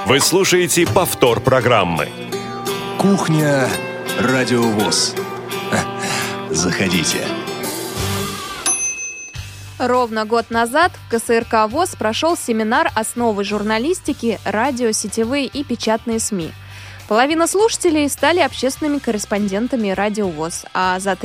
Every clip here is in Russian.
Вы слушаете повтор программы. Кухня Радио ВОС. Заходите. Ровно год назад в КСРК ВОС прошел семинар «Основы журналистики, радио, сетевые и печатные СМИ». Половина слушателей стали общественными корреспондентами Радио ВОС, а за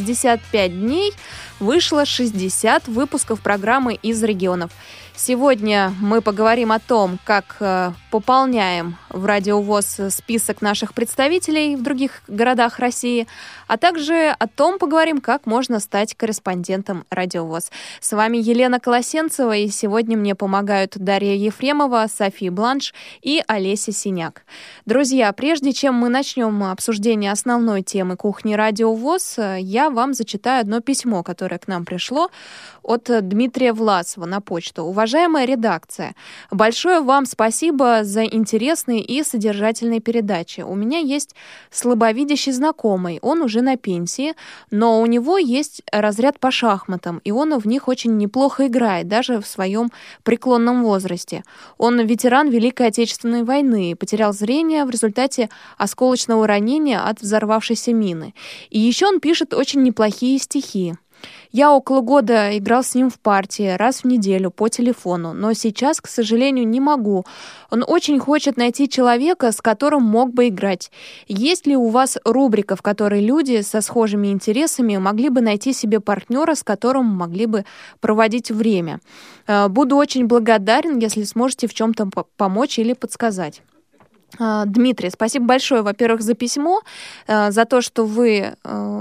365 дней вышло 60 выпусков программы из регионов. Сегодня мы поговорим о том, как пополняем в Радио ВОС список наших представителей в других городах России, а также о том поговорим, как можно стать корреспондентом Радио ВОС. С вами Елена Колосенцева, и сегодня мне помогают Дарья Ефремова, София Бланш и Олеся Синяк. Друзья, прежде чем мы начнем обсуждение основной темы кухни Радио ВОС, я вам зачитаю одно письмо, которое к нам пришло от Дмитрия Власова на почту. Уважаемая редакция, большое вам спасибо за интересные и содержательные передачи. У меня есть слабовидящий знакомый, он уже на пенсии, но у него есть разряд по шахматам, и он в них очень неплохо играет, даже в своем преклонном возрасте. Он ветеран Великой Отечественной войны, потерял зрение в результате осколочного ранения от взорвавшейся мины. И еще он пишет очень неплохие стихи. Я около года играл с ним в партии раз в неделю по телефону, но сейчас, к сожалению, не могу. Он очень хочет найти человека, с которым мог бы играть. Есть ли у вас рубрика, в которой люди со схожими интересами могли бы найти себе партнера, с которым могли бы проводить время? Буду очень благодарен, если сможете в чем-то помочь или подсказать. Дмитрий, спасибо большое, во-первых, за письмо, за то, что вы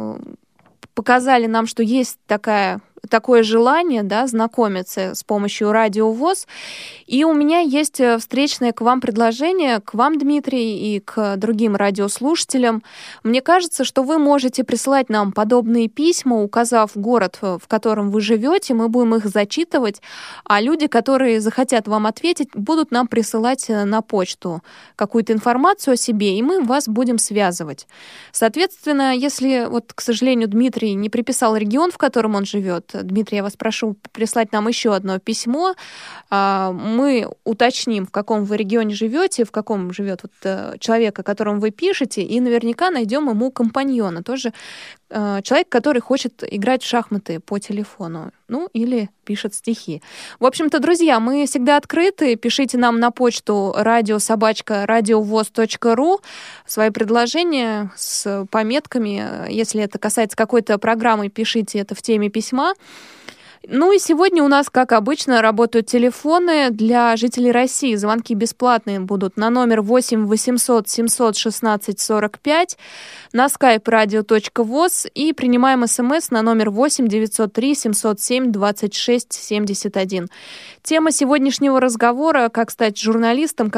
показали нам, что есть такое желание, да, знакомиться с помощью Радио ВОС. И у меня есть встречное к вам предложение, к вам, Дмитрий, и к другим радиослушателям. Мне кажется, что вы можете присылать нам подобные письма, указав город, в котором вы живете, мы будем их зачитывать, а люди, которые захотят вам ответить, будут нам присылать на почту какую-то информацию о себе, и мы вас будем связывать. Соответственно, если, к сожалению, Дмитрий не приписал регион, в котором он живет, Дмитрий, я вас прошу прислать нам еще одно письмо. Мы уточним, в каком вы регионе живете, в каком живет человек, о котором вы пишете, и наверняка найдем ему компаньона. Тоже человек, который хочет играть в шахматы по телефону. Или пишет стихи. В общем-то, друзья, мы всегда открыты. Пишите нам на почту radio@radiovos.ru свои предложения с пометками. Если это касается какой-то программы, пишите это в теме письма. И сегодня у нас, как обычно, работают телефоны для жителей России. Звонки бесплатные будут на номер 8 800 716 45, на skype radio.voz и принимаем смс на номер 8 903 707 26 71. Тема сегодняшнего разговора — как стать журналистом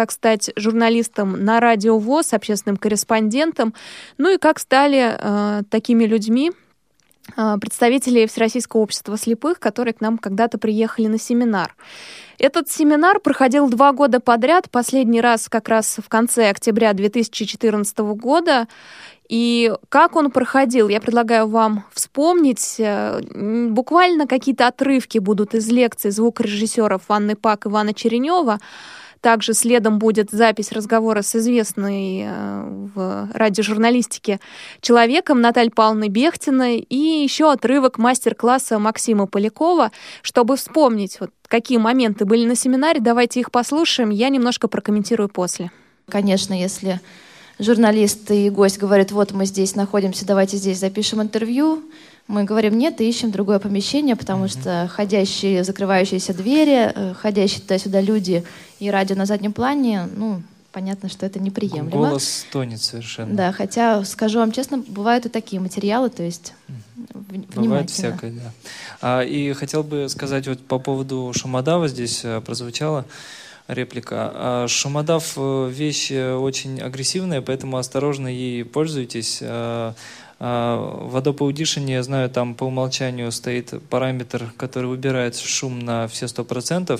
на Радио ВОС, общественным корреспондентом, и как стали такими людьми, представители Всероссийского общества слепых, которые к нам когда-то приехали на семинар. Этот семинар проходил 2 года подряд, последний раз как раз в конце октября 2014 года. И как он проходил, я предлагаю вам вспомнить. Буквально какие-то отрывки будут из лекций звукорежиссеров Анны Пак и Ивана Черенева. Также следом будет запись разговора с известной в радиожурналистике человеком Натальей Павловной Бехтиной и еще отрывок мастер-класса Максима Полякова. Чтобы вспомнить, какие моменты были на семинаре, давайте их послушаем, я немножко прокомментирую после. Конечно, если журналист и гость говорят: вот мы здесь находимся, давайте здесь запишем интервью, мы говорим: нет, и ищем другое помещение, потому что ходящие, закрывающиеся двери, ходящие туда-сюда люди и радио на заднем плане, понятно, что это неприемлемо. Голос тонет совершенно. Да, хотя, скажу вам честно, бывают и такие материалы, то есть внимательно. Бывает всякое, да. И хотел бы сказать по поводу шумодава, здесь прозвучала реплика. Шумодав — вещь очень агрессивная, поэтому осторожно ей пользуйтесь. В Adobe Audition, я знаю, там по умолчанию стоит параметр, который убирает шум на все 100%.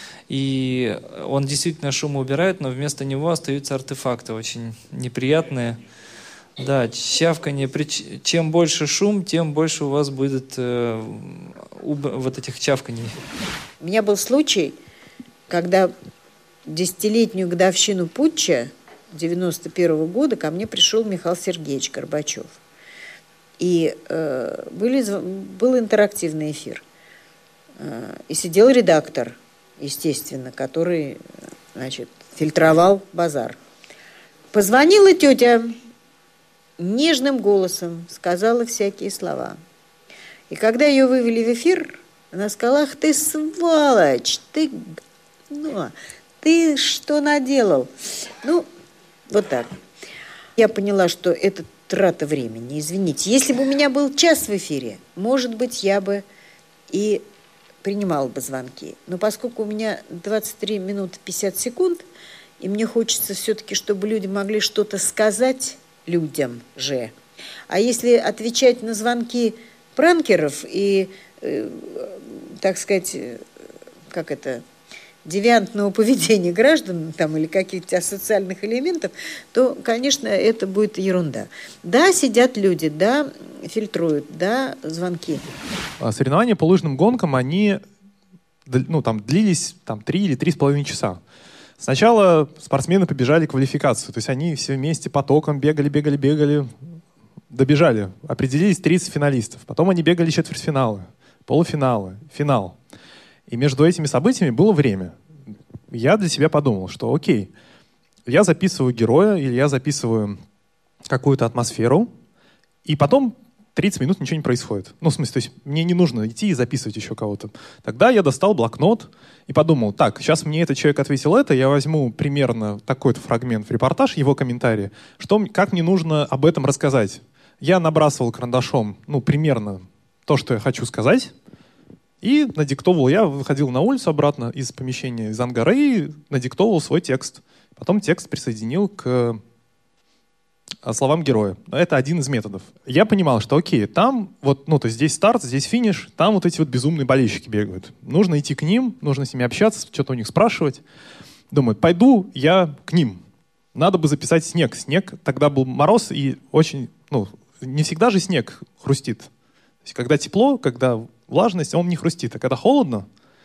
И он действительно шум убирает, но вместо него остаются артефакты очень неприятные. Да, чавканье. Чем больше шум, тем больше у вас будет этих чавканий. У меня был случай, когда 10-летнюю годовщину путча 91 года ко мне пришел Михаил Сергеевич Горбачев. И был интерактивный эфир. И сидел редактор, естественно, который, значит, фильтровал базар. Позвонила тетя, нежным голосом сказала всякие слова. И когда ее вывели в эфир, она сказала: ах ты сволочь, ты что наделал? Ну, вот так. Я поняла, что это трата времени, извините. Если бы у меня был час в эфире, может быть, я бы и принимала бы звонки. Но поскольку у меня 23 минуты 50 секунд, и мне хочется все-таки, чтобы люди могли что-то сказать людям же. А если отвечать на звонки пранкеров и, так сказать, девиантного поведения граждан там, или каких-то асоциальных элементов, то, конечно, это будет ерунда. Да, сидят люди, да, фильтруют, да, звонки. Соревнования по лыжным гонкам, они длились 3 или 3,5 часа. Сначала спортсмены побежали квалификацию, то есть они все вместе потоком бегали, добежали, определились 30 финалистов. Потом они бегали четвертьфиналы, полуфиналы, финал. И между этими событиями было время. Я для себя подумал, что окей, я записываю героя или я записываю какую-то атмосферу, и потом 30 минут ничего не происходит. Ну, в смысле, то есть мне не нужно идти и записывать еще кого-то. Тогда я достал блокнот и подумал: так, сейчас мне этот человек ответил это, я возьму примерно такой-то фрагмент в репортаж, его комментарии, как мне нужно об этом рассказать. Я набрасывал карандашом, примерно то, что я хочу сказать, и надиктовывал. Я выходил на улицу обратно из помещения, из ангара, и надиктовывал свой текст. Потом текст присоединил к словам героя. Это один из методов. Я понимал, что окей, там, то есть здесь старт, здесь финиш, там вот эти безумные болельщики бегают. Нужно идти к ним, нужно с ними общаться, что-то у них спрашивать. Думаю, пойду я к ним. Надо бы записать снег. Снег, тогда был мороз, и очень, не всегда же снег хрустит. То есть когда тепло, когда влажность, он не хрустит. А когда холодно,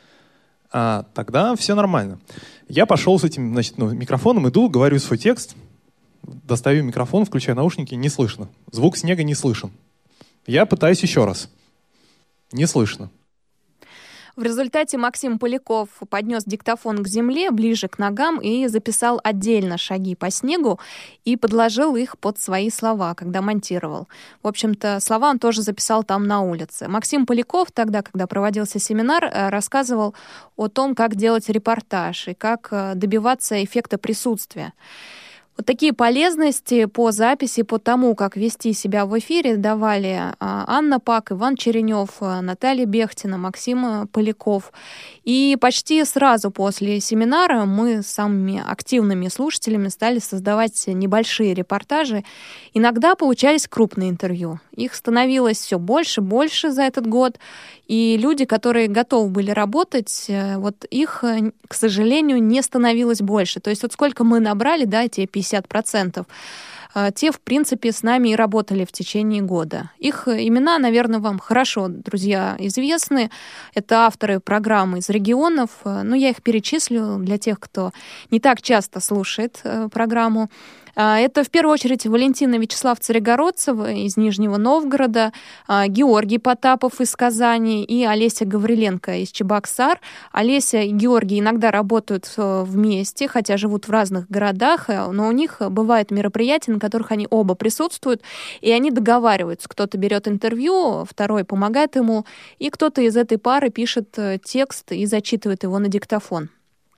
тогда все нормально. Я пошел с этим, микрофоном, иду, говорю свой текст, достаю микрофон, включаю наушники, не слышно. Звук снега не слышен. Я пытаюсь еще раз. Не слышно. В результате Максим Поляков поднес диктофон к земле, ближе к ногам, и записал отдельно шаги по снегу и подложил их под свои слова, когда монтировал. В общем-то, слова он тоже записал там на улице. Максим Поляков тогда, когда проводился семинар, рассказывал о том, как делать репортаж и как добиваться эффекта присутствия. Вот такие полезности по записи, по тому, как вести себя в эфире, давали Анна Пак, Иван Черенев, Наталья Бехтина, Максим Поляков. И почти сразу после семинара мы с самыми активными слушателями стали создавать небольшие репортажи. Иногда получались крупные интервью. Их становилось все больше за этот год. И люди, которые готовы были работать, их, к сожалению, не становилось больше. То есть сколько мы набрали, эти 50%, те, в принципе, с нами и работали в течение года. Их имена, наверное, вам хорошо, друзья, известны. Это авторы программы из регионов. Я их перечислю для тех, кто не так часто слушает программу. Это, в первую очередь, Валентина Вячеслав Царегородцева из Нижнего Новгорода, Георгий Потапов из Казани и Олеся Гавриленко из Чебоксар. Олеся и Георгий иногда работают вместе, хотя живут в разных городах, но у них бывают мероприятия, на которых они оба присутствуют, и они договариваются. Кто-то берет интервью, второй помогает ему, и кто-то из этой пары пишет текст и зачитывает его на диктофон.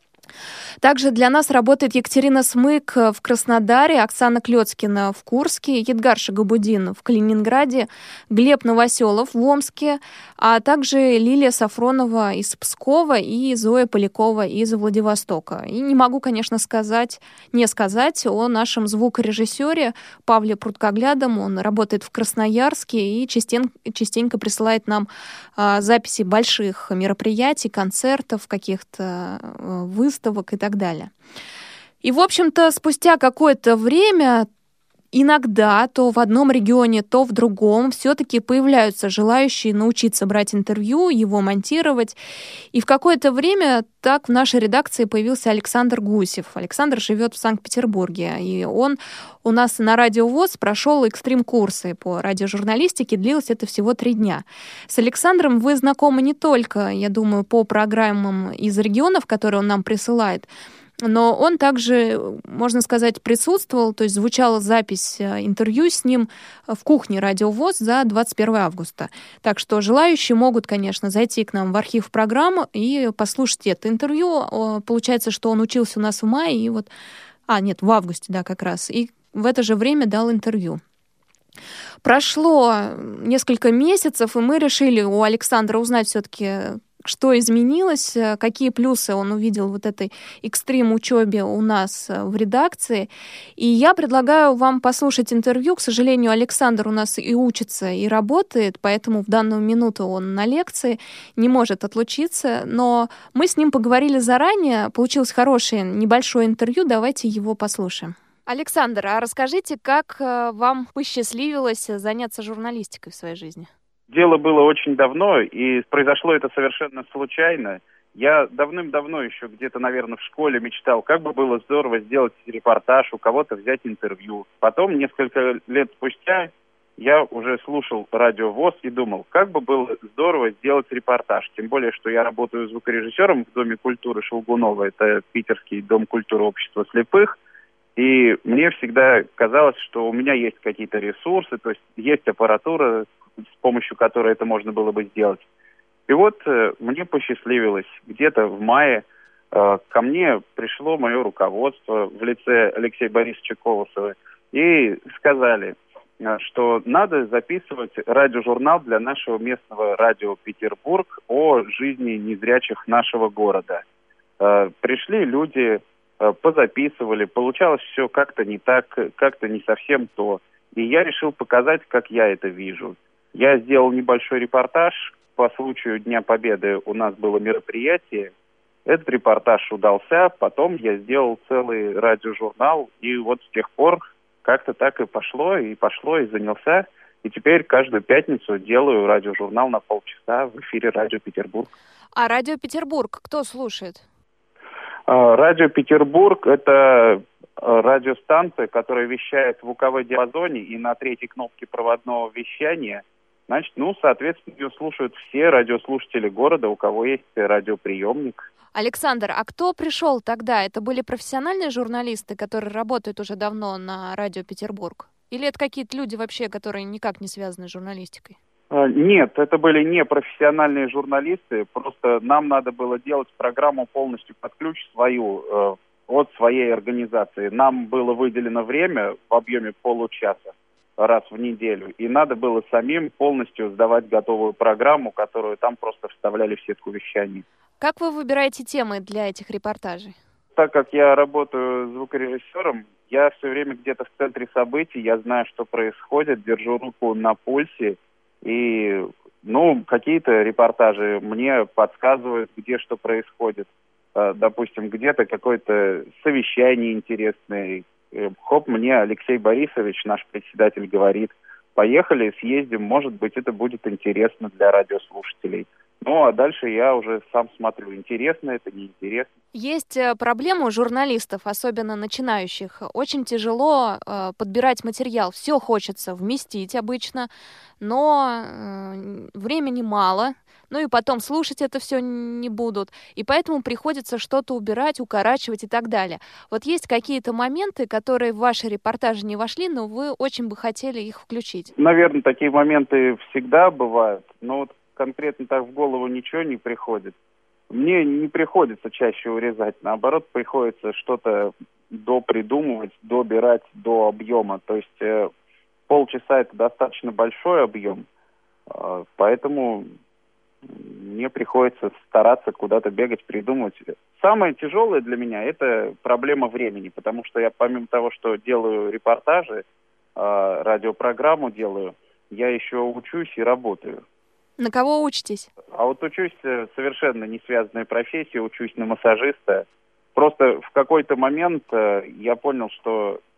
Также для нас работает Екатерина Смык в Краснодаре, Оксана Клёцкина в Курске, Едгар Шагабудин в Калининграде, Глеб Новоселов в Омске, а также Лилия Сафронова из Пскова и Зоя Полякова из Владивостока. И не могу, конечно, не сказать о нашем звукорежиссере Павле Пруткоглядом. Он работает в Красноярске и частенько присылает нам записи больших мероприятий, концертов, каких-то выставок и так далее. И, в общем-то, спустя какое-то время иногда то в одном регионе, то в другом все-таки появляются желающие научиться брать интервью, его монтировать. И в какое-то время так в нашей редакции появился Александр Гусев. Александр живет в Санкт-Петербурге, и он у нас на Радио ВОС прошел экстрим-курсы по радиожурналистике, длилось это всего 3 дня. С Александром вы знакомы не только, я думаю, по программам из регионов, которые он нам присылает, но он также, можно сказать, присутствовал, то есть звучала запись интервью с ним в кухне Радио ВОС за 21 августа. Так что желающие могут, конечно, зайти к нам в архив программ и послушать это интервью. Получается, что он учился у нас в мае, и вот... в августе, да, как раз. И в это же время дал интервью. Прошло несколько месяцев, и мы решили у Александра узнать все-таки, что изменилось, какие плюсы он увидел вот этой экстрим-учебе у нас в редакции. И я предлагаю вам послушать интервью. К сожалению, Александр у нас и учится, и работает, поэтому в данную минуту он на лекции, не может отлучиться. Но мы с ним поговорили заранее, получилось хорошее небольшое интервью, давайте его послушаем. Александр, а расскажите, как вам посчастливилось заняться журналистикой в своей жизни? Дело было очень давно, и произошло это совершенно случайно. Я давным-давно еще где-то, наверное, в школе мечтал, как бы было здорово сделать репортаж, у кого-то взять интервью. Потом, несколько лет спустя, я уже слушал Радио ВОС и думал, как бы было здорово сделать репортаж. Тем более, что я работаю звукорежиссером в Доме культуры Шелгунова, это питерский Дом культуры общества слепых. И мне всегда казалось, что у меня есть какие-то ресурсы, то есть есть аппаратура, с помощью которой это можно было бы сделать. И вот мне посчастливилось. Где-то в мае ко мне пришло мое руководство в лице Алексея Борисовича Колосова и сказали, что надо записывать радиожурнал для нашего местного радио «Петербург» о жизни незрячих нашего города. Пришли люди, позаписывали, получалось все как-то не так, как-то не совсем то. И я решил показать, как я это вижу. Я сделал небольшой репортаж. По случаю Дня Победы у нас было мероприятие. Этот репортаж удался. Потом я сделал целый радиожурнал. И вот с тех пор как-то так и пошло, и занялся. И теперь каждую пятницу делаю радиожурнал на полчаса в эфире Радио Петербург. А Радио Петербург кто слушает? Радио Петербург – это радиостанция, которая вещает в УКВ-диапазоне и на 3-й кнопке проводного вещания. Значит, соответственно, ее слушают все радиослушатели города, у кого есть радиоприемник. Александр, а кто пришел тогда? Это были профессиональные журналисты, которые работают уже давно на Радио Петербург? Или это какие-то люди вообще, которые никак не связаны с журналистикой? Нет, это были не профессиональные журналисты, просто нам надо было делать программу полностью под ключ свою, от своей организации. Нам было выделено время в объеме получаса раз в неделю, и надо было самим полностью сдавать готовую программу, которую там просто вставляли в сетку вещаний. Как вы выбираете темы для этих репортажей? Так как я работаю звукорежиссером, я все время где-то в центре событий, я знаю, что происходит, держу руку на пульсе, и, какие-то репортажи мне подсказывают, где что происходит. Допустим, где-то какое-то совещание интересное. Хоп, мне Алексей Борисович, наш председатель, говорит, поехали, съездим, может быть, это будет интересно для радиослушателей. А дальше я уже сам смотрю, интересно это, неинтересно. Есть проблема у журналистов, особенно начинающих. Очень тяжело подбирать материал. Все хочется вместить обычно, но времени мало. И потом слушать это все не будут. И поэтому приходится что-то убирать, укорачивать и так далее. Вот есть какие-то моменты, которые в ваши репортажи не вошли, но вы очень бы хотели их включить? Наверное, такие моменты всегда бывают, но конкретно так в голову ничего не приходит. Мне не приходится чаще урезать, наоборот, приходится что-то допридумывать, добирать до объема. То есть полчаса это достаточно большой объем, поэтому мне приходится стараться куда-то бегать, придумывать. Самое тяжелое для меня – это проблема времени, потому что я помимо того, что делаю репортажи, радиопрограмму делаю, я еще учусь и работаю. На кого учитесь? А вот учусь совершенно не связанной профессии, учусь на массажиста. Просто в какой-то момент я понял, что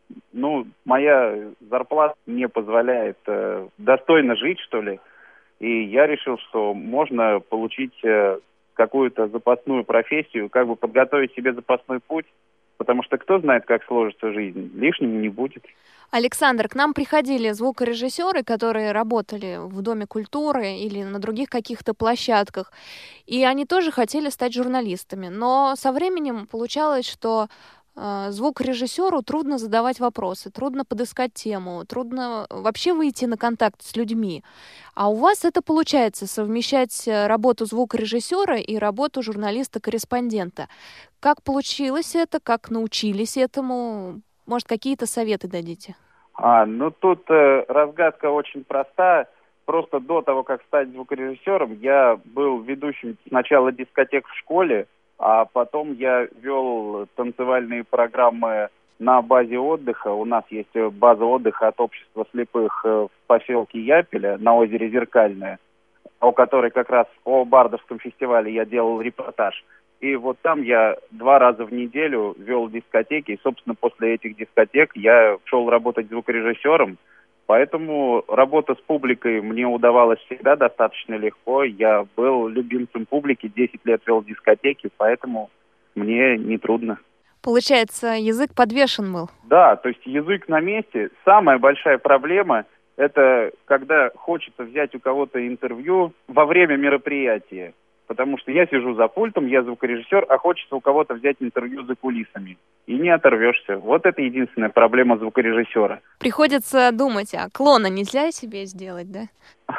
моя зарплата не позволяет достойно жить, что ли. И я решил, что можно получить какую-то запасную профессию, как бы подготовить себе запасной путь, потому что кто знает, как сложится жизнь, лишним не будет. Александр, к нам приходили звукорежиссеры, которые работали в Доме культуры или на других каких-то площадках, и они тоже хотели стать журналистами. Но со временем получалось, что звукорежиссеру трудно задавать вопросы, трудно подыскать тему, трудно вообще выйти на контакт с людьми. А у вас это получается совмещать работу звукорежиссера и работу журналиста-корреспондента. Как получилось это? Как научились этому? Может, какие-то советы дадите? Тут разгадка очень проста. Просто до того, как стать звукорежиссером, я был ведущим сначала дискотек в школе, а потом я вел танцевальные программы на базе отдыха. У нас есть база отдыха от общества слепых в поселке Япеля на озере Зеркальное, о которой как раз о Бардовском фестивале я делал репортаж. И вот там я 2 раза в неделю вел дискотеки. И, собственно, после этих дискотек я шел работать звукорежиссером. Поэтому работа с публикой мне удавалась всегда достаточно легко. Я был любимцем публики, 10 лет вел дискотеки, поэтому мне нетрудно. Получается, язык подвешен был? Да, то есть язык на месте. Самая большая проблема – это когда хочется взять у кого-то интервью во время мероприятия. Потому что я сижу за пультом, я звукорежиссер, а хочется у кого-то взять интервью за кулисами. И не оторвешься. Вот это единственная проблема звукорежиссера. Приходится думать, а клона нельзя себе сделать, да?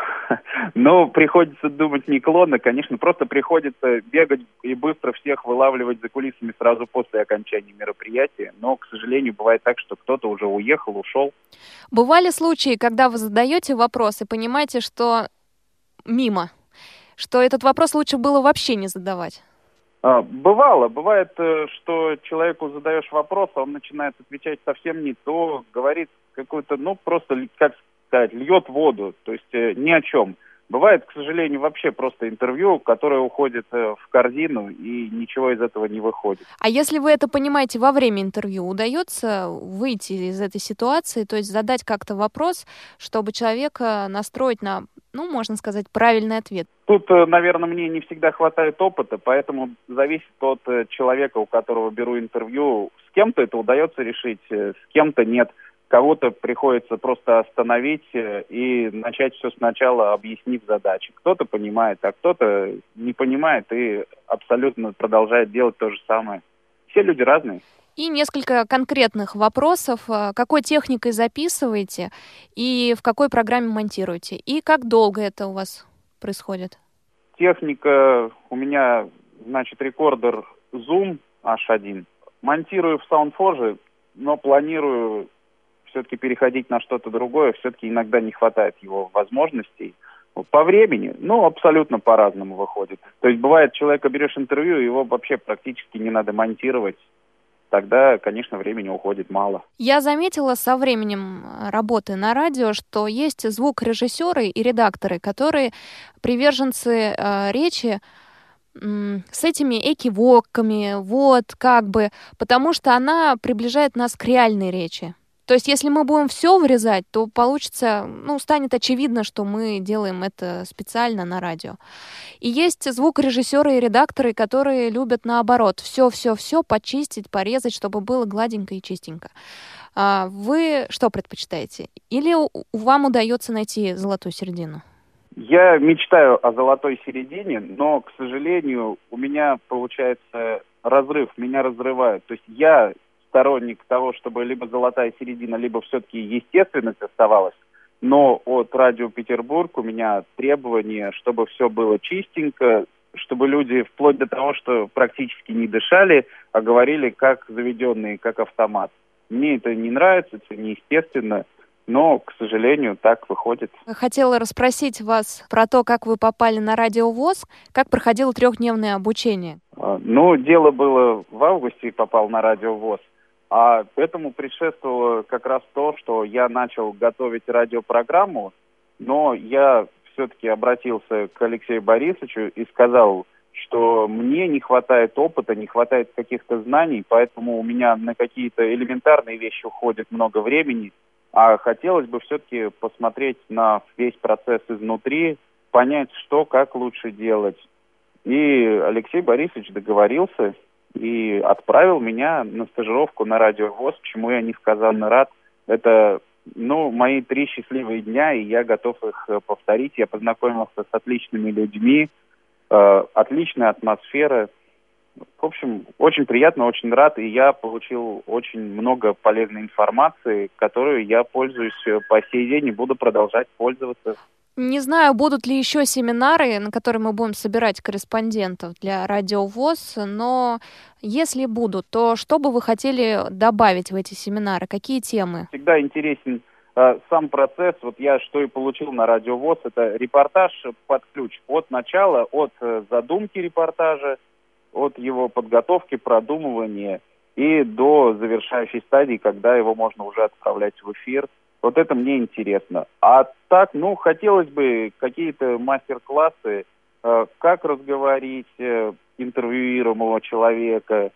Приходится думать не клона, конечно, просто приходится бегать и быстро всех вылавливать за кулисами сразу после окончания мероприятия. Но, к сожалению, бывает так, что кто-то уже уехал, ушел. Бывали случаи, когда вы задаете вопрос и понимаете, что мимо? Что этот вопрос лучше было вообще не задавать? Бывало. Бывает, что человеку задаешь вопрос, а он начинает отвечать совсем не то, говорит какую-то, просто, как сказать, льет воду, то есть ни о чем. Бывает, к сожалению, вообще просто интервью, которое уходит в корзину, и ничего из этого не выходит. А если вы это понимаете во время интервью, удается выйти из этой ситуации, то есть задать как-то вопрос, чтобы человека настроить на, можно сказать, правильный ответ? Тут, наверное, мне не всегда хватает опыта, поэтому зависит от человека, у которого беру интервью. С кем-то это удается решить, с кем-то нет. Кого-то приходится просто остановить и начать все сначала, объяснив задачи. Кто-то понимает, а кто-то не понимает и абсолютно продолжает делать то же самое. Все люди разные. И несколько конкретных вопросов. Какой техникой записываете и в какой программе монтируете? И как долго это у вас происходит? Техника у меня, рекордер Zoom H1. Монтирую в SoundForge, но планирую все-таки переходить на что-то другое. Все-таки иногда не хватает его возможностей. По времени, абсолютно по-разному выходит. То есть бывает, человека берешь интервью, его вообще практически не надо монтировать. Тогда, конечно, времени уходит мало. Я заметила со временем работы на радио, что есть звукорежиссеры и редакторы, которые приверженцы речи с этими экивоками, потому что она приближает нас к реальной речи. То есть, если мы будем все вырезать, то получится, станет очевидно, что мы делаем это специально на радио. И есть звукорежиссеры и редакторы, которые любят наоборот все почистить, порезать, чтобы было гладенько и чистенько. Вы что предпочитаете? Или вам удается найти золотую середину? Я мечтаю о золотой середине, но, к сожалению, у меня получается разрыв, меня разрывают. То есть я сторонник того, чтобы либо золотая середина, либо все-таки естественность оставалась. Но от Радио Петербург у меня требование, чтобы все было чистенько, чтобы люди вплоть до того, что практически не дышали, а говорили как заведенные, как автомат. Мне это не нравится, это неестественно, но, к сожалению, так выходит. Хотела расспросить вас про то, как вы попали на Радио ВОС, как проходило 3-дневное обучение. Дело было в августе, и попал на Радио ВОС. А этому предшествовало как раз то, что я начал готовить радиопрограмму, но я все-таки обратился к Алексею Борисовичу и сказал: что мне не хватает опыта, не хватает каких-то знаний, поэтому у меня на какие-то элементарные вещи уходит много времени, а хотелось бы все-таки посмотреть на весь процесс изнутри, понять, что, как лучше делать. И Алексей Борисович договорился и отправил меня на стажировку на Радио ВОС, чему я несказанно рад. Это, мои 3 счастливые дня, и я готов их повторить. Я познакомился с отличными людьми, отличная атмосфера. В общем, очень приятно, очень рад, и я получил очень много полезной информации, которую я пользуюсь по сей день и буду продолжать пользоваться. Не знаю, будут ли еще семинары, на которые мы будем собирать корреспондентов для Радио ВОС, но если будут, то что бы вы хотели добавить в эти семинары? Какие темы? Всегда интересен сам процесс. Вот я что и получил на Радио ВОС, это репортаж под ключ. От начала, от задумки репортажа, от его подготовки, продумывания и до завершающей стадии, когда его можно уже отправлять в эфир. Вот это мне интересно. А так, хотелось бы какие-то мастер-классы, как разговорить интервьюируемого человека,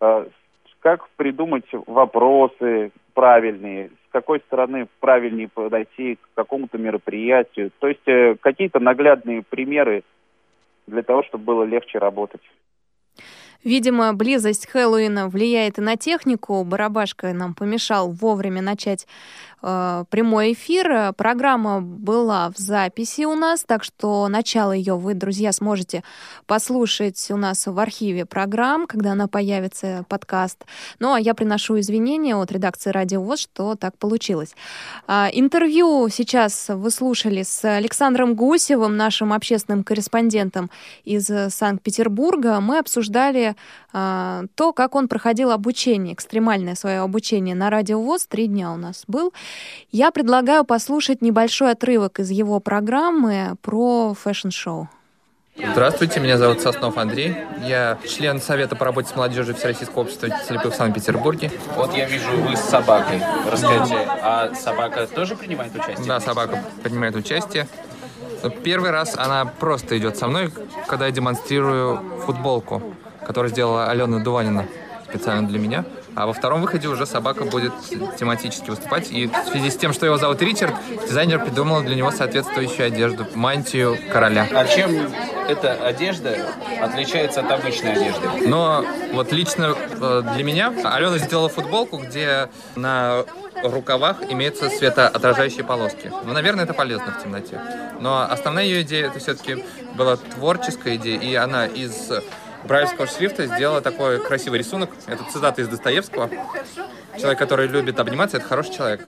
как придумать вопросы правильные, с какой стороны правильнее подойти к какому-то мероприятию. То есть какие-то наглядные примеры для того, чтобы было легче работать. Видимо, близость Хэллоуина влияет и на технику. Барабашка нам помешал вовремя начать прямой эфир. Программа была в записи у нас, так что начало ее вы, друзья, сможете послушать у нас в архиве программ, когда она появится, подкаст. Ну, а я приношу извинения от редакции Радио ВОС, что так получилось. Интервью сейчас вы слушали с Александром Гусевым, нашим общественным корреспондентом из Санкт-Петербурга. Мы обсуждали то, как он проходил обучение, экстремальное свое обучение на Радио ВОС. 3 дня у нас был. Я предлагаю послушать небольшой отрывок из его программы про фэшн-шоу. Здравствуйте, меня зовут Соснов Андрей. Я член Совета по работе с молодежью Всероссийского общества слепых в Санкт-Петербурге. Вот я вижу, вы с собакой. Расскажите, а собака тоже принимает участие? Да, собака принимает участие. Первый раз она просто идет со мной, когда я демонстрирую футболку, которую сделала Алена Дуванина специально для меня. А во втором выходе уже собака будет тематически выступать. И в связи с тем, что его зовут Ричард, дизайнер придумал для него соответствующую одежду, мантию короля. А чем эта одежда отличается от обычной одежды? Но вот лично для меня Алена сделала футболку, где на рукавах имеются светоотражающие полоски. Наверное, это полезно в темноте. Но основная ее идея, это все-таки была творческая идея, и она из брайлевского шрифта сделала такой красивый рисунок. Это цитата из Достоевского. Человек, который любит обниматься, это хороший человек.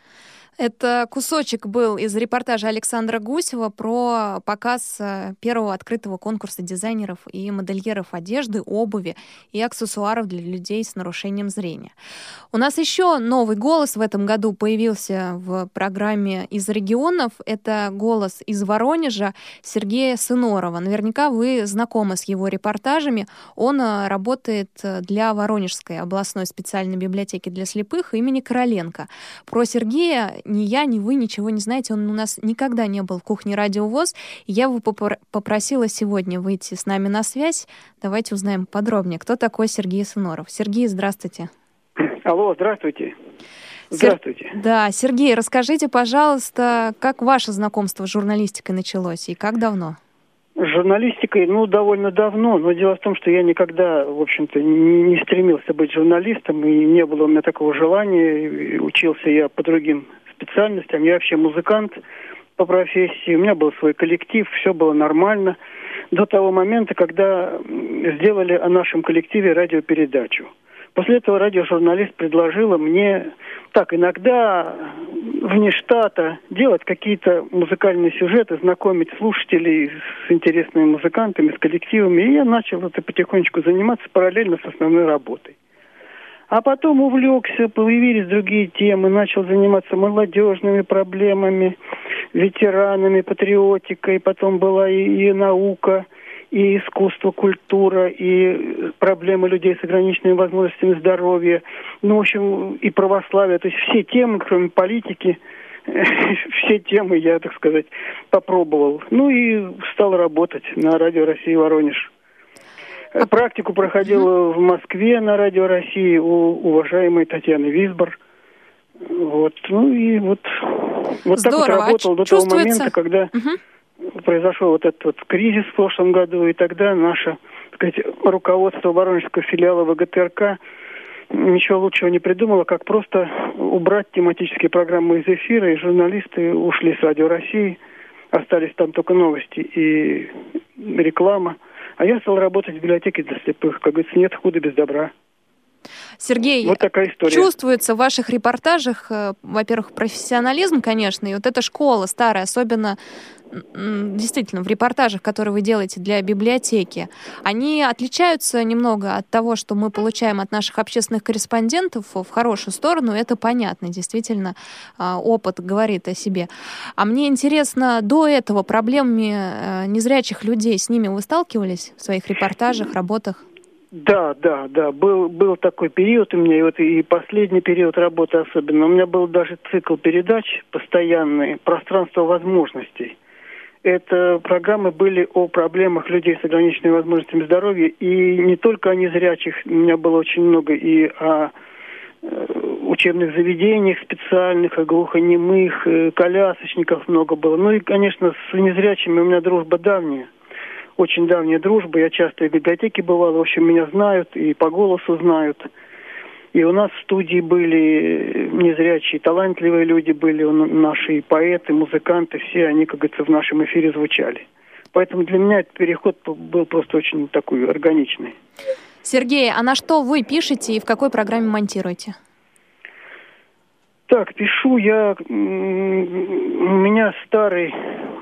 Это кусочек был из репортажа Александра Гусева про показ первого открытого конкурса дизайнеров и модельеров одежды, обуви и аксессуаров для людей с нарушением зрения. У нас еще новый голос в этом году появился в программе «Из регионов». Это голос из Воронежа Сергея Сынорова. Наверняка вы знакомы с его репортажами. Он работает для Воронежской областной специальной библиотеки для слепых имени Короленко. Про Сергея ни я, ни вы ничего не знаете. Он у нас никогда не был в кухне Радио ВОС. Я его попросила сегодня выйти с нами на связь. Давайте узнаем подробнее, кто такой Сергей Сыноров. Сергей, здравствуйте. Алло, здравствуйте. Здравствуйте. Да, Сергей, расскажите, пожалуйста, как ваше знакомство с журналистикой началось и как давно? С журналистикой, довольно давно, но дело в том, что я никогда, в общем-то, не стремился быть журналистом, и не было у меня такого желания. Учился я по другим специальностям. Я вообще музыкант по профессии. У меня был свой коллектив, все было нормально. До того момента, когда сделали о нашем коллективе радиопередачу. После этого радиожурналист предложила мне так иногда вне штата делать какие-то музыкальные сюжеты, знакомить слушателей с интересными музыкантами, с коллективами. И я начал это потихонечку заниматься параллельно с основной работой. А потом увлекся, появились другие темы, начал заниматься молодежными проблемами, ветеранами, патриотикой, потом была и наука, и искусство, культура, и проблемы людей с ограниченными возможностями здоровья, в общем, и православие. То есть все темы, кроме политики, все темы я, так сказать, попробовал. И стал работать на Радио России Воронеж. Практику проходил в Москве на Радио России у уважаемой Татьяны Висбор. Вот, ну и вот так вот работал до того момента, когда произошел вот этот вот кризис в прошлом году, и тогда наше, так сказать, руководство Воронежского филиала ВГТРК ничего лучшего не придумало, как просто убрать тематические программы из эфира, и журналисты ушли с Радио России, остались там только новости и реклама. А я стал работать в библиотеке для слепых. Как говорится, нет худа без добра. Сергей, вот такая история. Чувствуется в ваших репортажах, во-первых, профессионализм, конечно, и вот эта школа старая, особенно действительно в репортажах, которые вы делаете для библиотеки, они отличаются немного от того, что мы получаем от наших общественных корреспондентов в хорошую сторону, это понятно, действительно, опыт говорит о себе. А мне интересно, до этого проблемами незрячих людей, с ними вы сталкивались в своих репортажах, работах? Да, был такой период у меня, и вот и последний период работы особенно. У меня был даже цикл передач постоянный «Пространство возможностей». Это программы были о проблемах людей с ограниченными возможностями здоровья, и не только о незрячих, у меня было очень много и о учебных заведениях специальных, о глухонемых, колясочников много было. Ну и, конечно, с незрячими у меня дружба давняя. Очень давняя дружба, я часто и в библиотеке бывал, в общем, меня знают и по голосу знают. И у нас в студии были незрячие, талантливые люди были, наши поэты, музыканты, все они, как говорится, в нашем эфире звучали. Поэтому для меня этот переход был просто очень такой органичный. Сергей, а на что вы пишете и в какой программе монтируете? Так, пишу я... У меня старый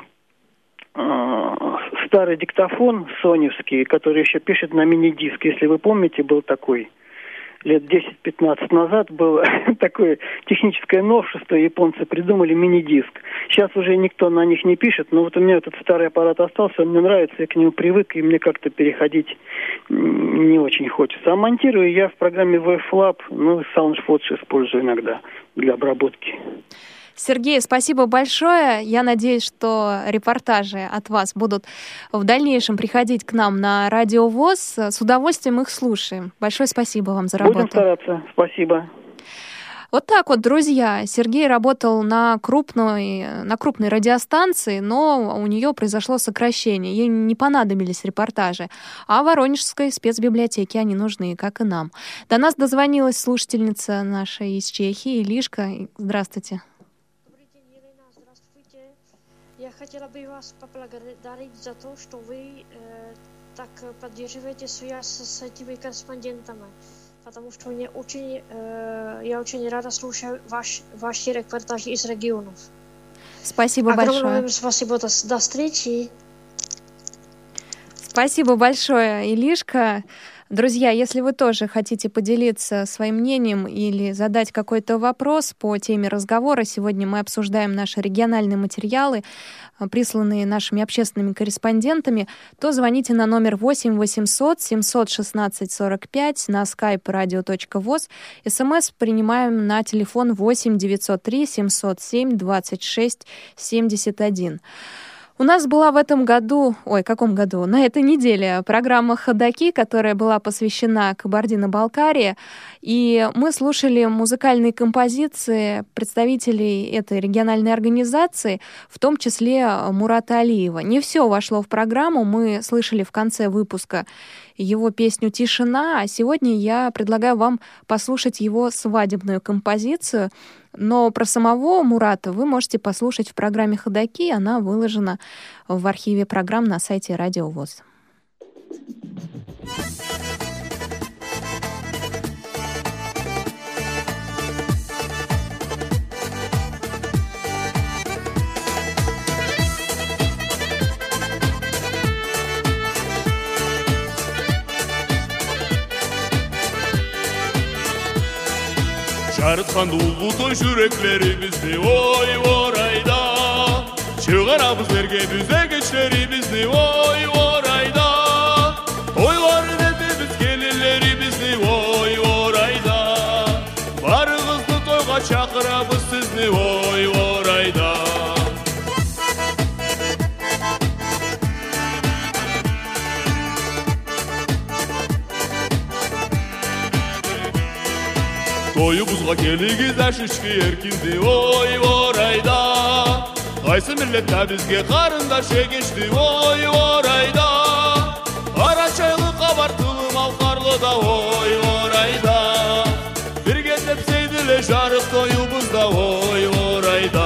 диктофон соневский, который еще пишет на мини-диск. Если вы помните, был такой лет 10-15 назад, было такое техническое новшество, японцы придумали мини-диск. Сейчас уже никто на них не пишет, но вот у меня этот старый аппарат остался, он мне нравится, я к нему привык, и мне как-то переходить не очень хочется. А монтирую я в программе WaveLab, ну, SoundForge использую иногда для обработки. Сергей, спасибо большое. Я надеюсь, что репортажи от вас будут в дальнейшем приходить к нам на Радио ВОС. С удовольствием их слушаем. Большое спасибо вам за работу. Будем стараться. Спасибо. Вот так вот, друзья. Сергей работал на крупной радиостанции, но у нее произошло сокращение. Ей не понадобились репортажи. А Воронежской спецбиблиотеке они нужны, как и нам. До нас дозвонилась слушательница наша из Чехии, Илишка. Здравствуйте. Я хотела бы вас поблагодарить за то, что вы так поддерживаете связь с этими корреспондентами, потому что я очень рада слушать ваши репортажи из регионов. Спасибо большое. Огромное спасибо, до встречи. Спасибо большое, Илишка. Друзья, если вы тоже хотите поделиться своим мнением или задать какой-то вопрос по теме разговора, сегодня мы обсуждаем наши региональные материалы, присланные нашими общественными корреспондентами, то звоните на номер 8 800 716 45 на skype radio.voz. СМС принимаем на телефон 8 903 707 26 71. У нас была в этом году, на этой неделе программа «Ходоки», которая была посвящена Кабардино-Балкарии, и мы слушали музыкальные композиции представителей этой региональной организации, в том числе Мурата Алиева. Не все вошло в программу, мы слышали в конце выпуска его песню «Тишина», а сегодня я предлагаю вам послушать его свадебную композицию. Но про самого Мурата вы можете послушать в программе «Ходоки». Она выложена в архиве программ на сайте Радио ВОС. Жарытқан дулу той жүректерімізді ой орайда, шығарамыз берге дүзегечлерімізді ой орайда, тойларын етеміз келелерімізді ой орайда, барыңызды тойға шақырамыз сізді ой орайда. Тойыбызга келигиз ашышки эркинди ой орайда. Кайсы миллетте бизге карындаш эгишти ой орайда. Кара чайлы кабар тылым алкарлыда ой орайда. Бирге тепсейдиле жарык тойыбызда ой орайда.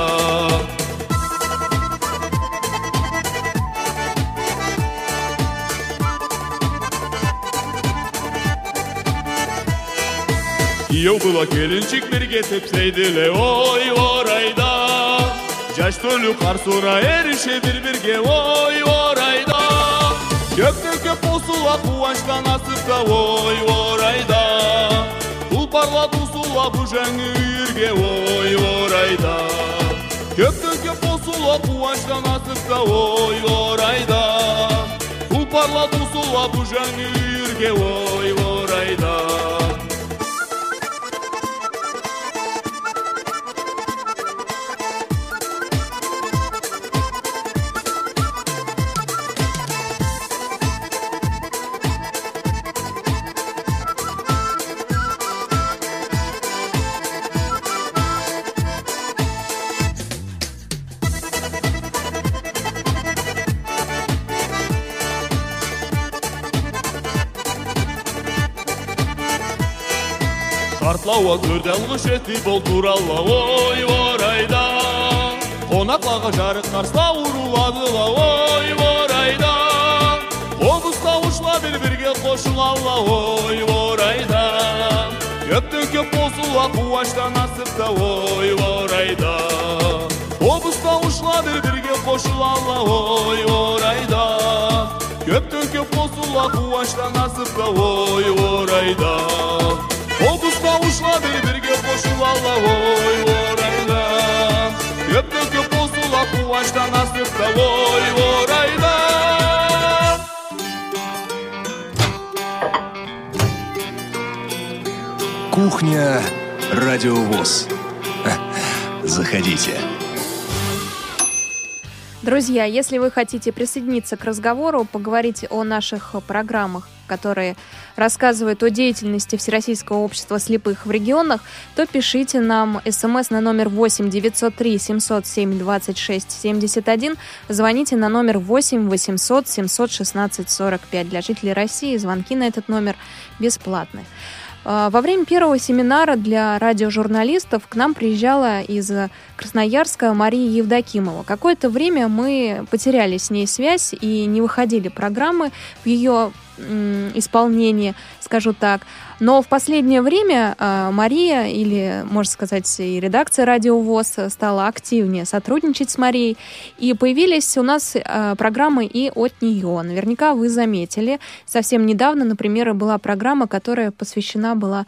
Күйеу была келинчик бирге тепсейдиле ой орайда. Жаш төлү карсура эрише бир-бирге ой орайда. Көктөн көп косула кубанчтан асыпта ой орайда. Тулпарлап усулап ужаңы үйүргө ой орайда. Көктөн көп косула кубанчтан асыпта ой орайда. Тулпарлап усулап ужаңы үйүргө ой орайда. Картлауа көрдәлгы шети бол туралла ой орайда. Конаклага жарык карста уруладыла ой орайда. Обуз тавышла бир-бирге кошулалла ой орайда. Көптөн көп косула кубанчтан асыпта ой орайда. Обуз тавышла бир-бирге кошулалла ой орайда. Көптөн көп косула кубанчтан асыпта ой орайда. Обуз тавышла бир-бирге кошулалла ой орайда. Көптөн көп косула кубанчтан асыпта ой орайда. Кухня Радио ВОС. Заходите. Друзья, если вы хотите присоединиться к разговору, поговорить о наших программах, которые рассказывают о деятельности Всероссийского общества слепых в регионах, то пишите нам смс на номер 8 903 707 26 71, звоните на номер 8 800 716 45. Для жителей России звонки на этот номер бесплатны. Во время первого семинара для радиожурналистов к нам приезжала из Красноярска Мария Евдокимова. Какое-то время мы потеряли с ней связь и не выходили программы в ее исполнении, скажу так. Но в последнее время Мария, или, можно сказать, и редакция Радио ВОС стала активнее сотрудничать с Марией. И появились у нас программы и от нее. Наверняка вы заметили. Совсем недавно, например, была программа, которая посвящена была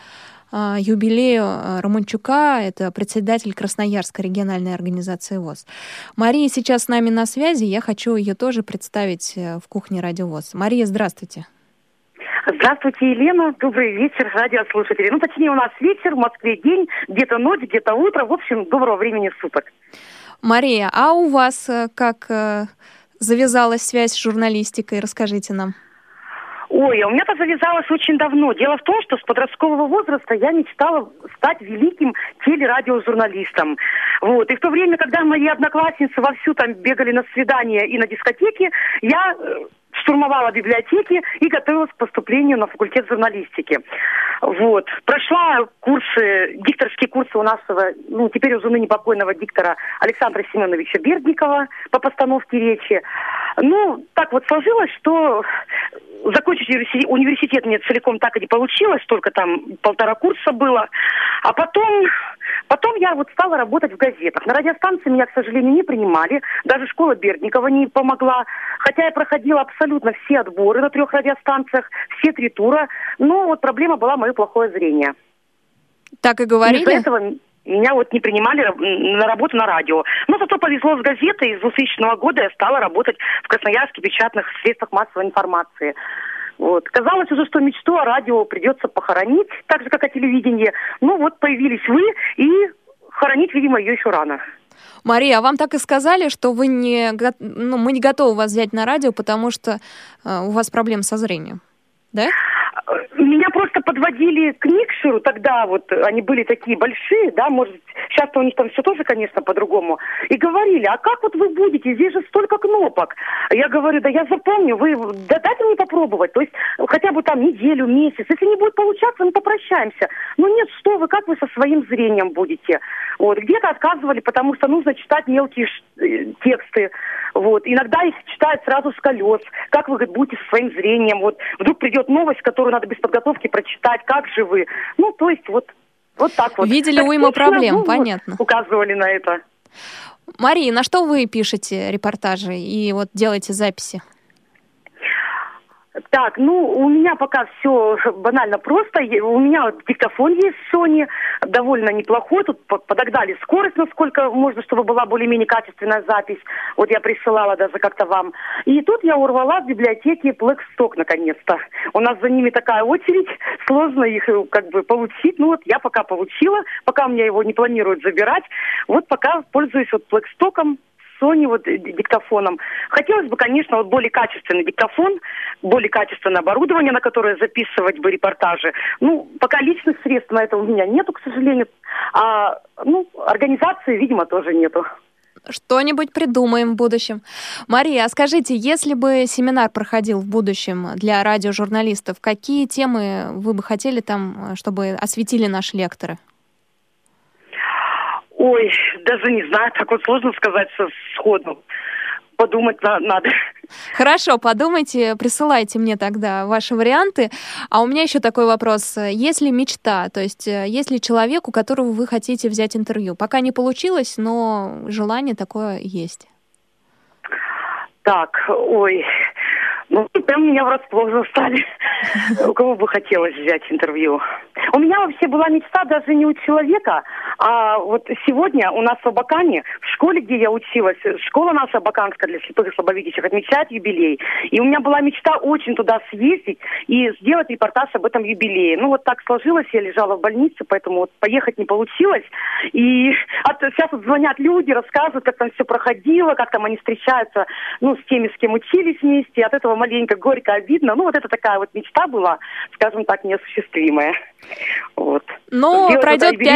юбилею Романчука, это председатель Красноярской региональной организации ВОС. Мария сейчас с нами на связи, я хочу ее тоже представить в кухне Радио ВОС. Мария, здравствуйте. Здравствуйте, Елена. Добрый вечер, радиослушатели. Ну, точнее, у нас вечер, в Москве день, где-то ночь, где-то утро. В общем, доброго времени суток. Мария, а у вас как завязалась связь с журналистикой? Расскажите нам. Ой, у меня-то завязалось очень давно. Дело в том, что с подросткового возраста я мечтала стать великим телерадиожурналистом. Вот. И в то время, когда мои одноклассницы вовсю там бегали на свидания и на дискотеки, я штурмовала библиотеки и готовилась к поступлению на факультет журналистики. Вот. Прошла курсы, дикторские курсы у нашего, ну, теперь уже ныне покойного диктора Александра Семеновича Бердникова по постановке речи. Ну, так вот сложилось, что закончить университет мне целиком так и не получилось, только там 1,5 курса было. А потом я вот стала работать в газетах. На радиостанции меня, к сожалению, не принимали. Даже школа Бердникова не помогла. Хотя я проходила абсолютно все отборы на 3 радиостанциях, все 3 тура. Но вот проблема была мое плохое зрение. Так и говорили? Из-за этого меня вот не принимали на работу на радио. Но зато повезло с газетой. И с 2000 года я стала работать в Красноярске печатных средствах массовой информации. Вот. Казалось уже, что мечту о радио придется похоронить, так же, как о телевидении. Ну вот появились вы, и хоронить, видимо, ее еще рано. Мария, а вам так и сказали, что мы не готовы вас взять на радио, потому что у вас проблемы со зрением, да? Меня просто подводили к микшеру, тогда вот они были такие большие, да, может, сейчас-то у них там все тоже, конечно, по-другому. И говорили, а как вот вы будете, здесь же столько кнопок. Я говорю, да я запомню, вы дайте мне попробовать, то есть хотя бы там неделю, месяц. Если не будет получаться, мы попрощаемся. Ну нет, что вы, как вы со своим зрением будете? Вот, где-то отказывали, потому что нужно читать мелкие тексты. Вот, иногда их читают сразу с колес. Как вы будете со своим зрением? Вот, вдруг придет новость, которую надо без подготовки прочитать. Как же вы? Ну, то есть вот так вот. Видели так, уйму проблем, понятно. Вот, указывали на это. Мария, на что вы пишете репортажи и вот делаете записи? Так, ну, у меня пока все банально просто. У меня диктофон есть Sony, довольно неплохой. Тут подогнали скорость, насколько можно, чтобы была более-менее качественная запись. Вот я присылала даже как-то вам. И тут я урвала в библиотеке Blackstock наконец-то. У нас за ними такая очередь, сложно их как бы получить. Ну вот я пока получила, пока у меня его не планируют забирать. Вот пока пользуюсь вот Blackstock'ом. Sony вот диктофоном. Хотелось бы, конечно, вот более качественный диктофон, более качественное оборудование, на которое записывать бы репортажи. Ну, пока личных средств на это у меня нету, к сожалению. А, ну, организации, видимо, тоже нету. Что-нибудь придумаем в будущем. Мария, а скажите, если бы семинар проходил в будущем для радиожурналистов, какие темы вы бы хотели там, чтобы осветили наши лекторы? Ой, даже не знаю, так вот сложно сказать сходу. Подумать надо. Хорошо, подумайте, присылайте мне тогда ваши варианты. А у меня еще такой вопрос. Есть ли мечта, то есть есть ли человек, у которого вы хотите взять интервью? Пока не получилось, но желание такое есть. Так, ой, ну прям меня врасплох застали. У кого бы хотелось взять интервью? У меня вообще была мечта даже не у человека, а вот сегодня у нас в Абакане, в школе, где я училась, школа наша абаканская для слепых и слабовидящих отмечает юбилей. И у меня была мечта очень туда съездить и сделать репортаж об этом юбилее. Ну вот так сложилось, я лежала в больнице, поэтому вот поехать не получилось. И сейчас вот звонят люди, рассказывают, как там все проходило, как там они встречаются, ну, с теми, с кем учились вместе. От этого маленько горько, обидно. Ну вот это такая вот мечта была, скажем так, неосуществимая. Вот. Но пройдет 5-10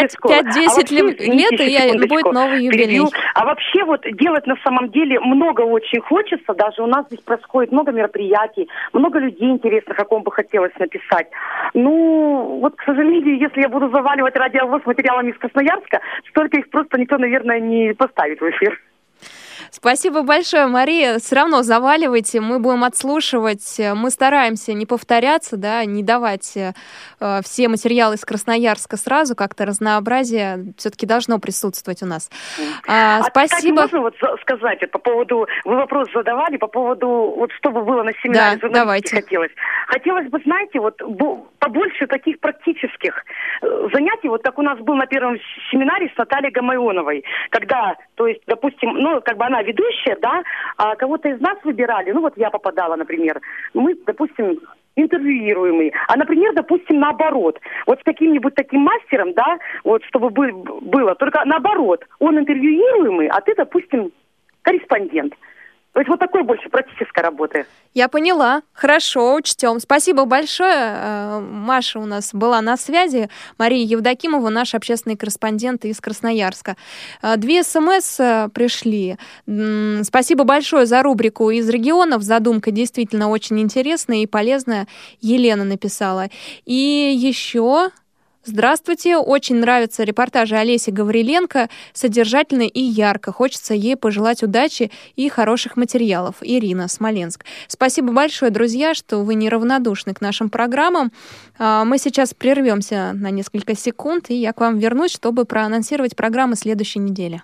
лет, и будет новый юбилей. А вообще вот делать на самом деле много очень хочется. Даже у нас здесь происходит много мероприятий, много людей интересных, о ком бы хотелось написать. Ну, вот, к сожалению, если я буду заваливать радиовоз материалами из Красноярска, столько их просто никто, наверное, не поставит в эфир. Спасибо большое, Мария. Все равно заваливайте, мы будем отслушивать. Мы стараемся не повторяться, да, не давать все материалы из Красноярска сразу, как-то разнообразие все-таки должно присутствовать у нас. Спасибо. Кстати, можно вот сказать по поводу, вы вопрос задавали по поводу, вот что бы было на семинаре журналистики хотелось. Хотелось бы, знаете, вот побольше таких практических занятий, вот как у нас был на первом семинаре с Натальей Гамайоновой, когда, то есть, допустим, ну, как бы она ведущая, да, а кого-то из нас выбирали, ну вот я попадала, например, мы, допустим, интервьюируемый, а, например, допустим, наоборот, вот с каким-нибудь таким мастером, да, вот чтобы было, только наоборот, он интервьюируемый, а ты, допустим, корреспондент. То есть вот такой больше практической работы. Я поняла. Хорошо, учтем. Спасибо большое. Маша у нас была на связи. Мария Евдокимова, наш общественный корреспондент из Красноярска. 2 СМС пришли. Спасибо большое за рубрику «Из регионов». Задумка действительно очень интересная и полезная. Елена написала. И еще... Здравствуйте, очень нравятся репортажи Олеси Гавриленко, содержательно и ярко. Хочется ей пожелать удачи и хороших материалов. Ирина, Смоленск. Спасибо большое, друзья, что вы неравнодушны к нашим программам. Мы сейчас прервемся на несколько секунд, и я к вам вернусь, чтобы проанонсировать программы следующей недели.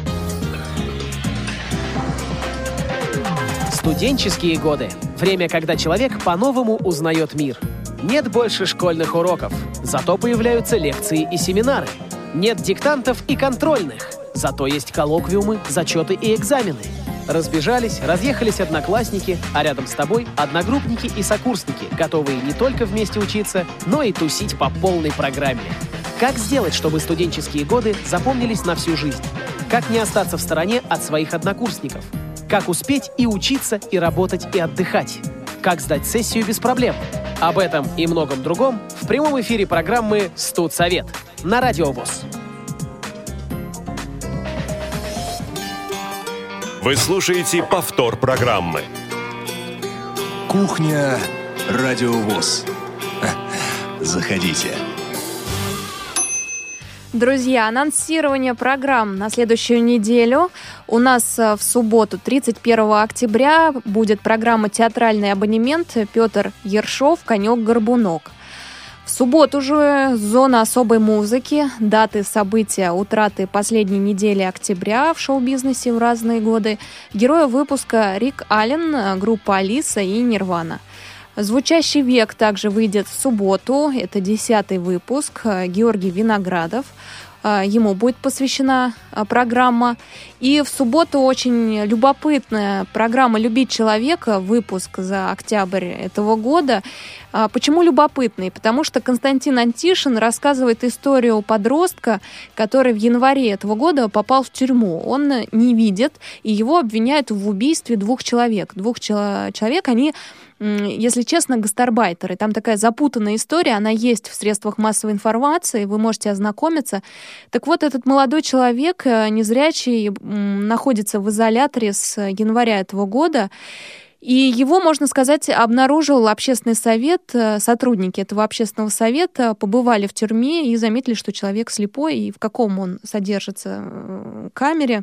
Студенческие годы. Время, когда человек по-новому узнает мир. Нет больше школьных уроков, зато появляются лекции и семинары. Нет диктантов и контрольных, зато есть коллоквиумы, зачеты и экзамены. Разбежались, разъехались одноклассники, а рядом с тобой одногруппники и сокурсники, готовые не только вместе учиться, но и тусить по полной программе. Как сделать, чтобы студенческие годы запомнились на всю жизнь? Как не остаться в стороне от своих однокурсников? Как успеть и учиться, и работать, и отдыхать? Как сдать сессию без проблем? Об этом и многом другом в прямом эфире программы «Студсовет» на Радио ВОС. Вы слушаете повтор программы. Кухня Радио ВОС. Заходите. Друзья, анонсирование программ на следующую неделю. У нас в субботу, 31 октября, будет программа «Театральный абонемент» Петр Ершов, «Конек-горбунок». В субботу же зона особой музыки, даты, события, утраты последней недели октября в шоу-бизнесе в разные годы. Герои выпуска Рик Аллен, группа Алиса и Нирвана. «Звучащий век» также выйдет в субботу, это 10-й выпуск, Георгий Виноградов. Ему будет посвящена программа. И в субботу очень любопытная программа «Любить человека», выпуск за октябрь этого года. Почему любопытный? Потому что Константин Антишин рассказывает историю подростка, который в январе этого года попал в тюрьму. Он не видит, и его обвиняют в убийстве двух человек. Человек, они, если честно, гастарбайтеры. Там такая запутанная история, она есть в средствах массовой информации, вы можете ознакомиться. Так вот, этот молодой человек, незрячий, находится в изоляторе с января этого года, и его, можно сказать, обнаружил общественный совет. Сотрудники этого общественного совета побывали в тюрьме и заметили, что человек слепой, и в каком он содержится камере.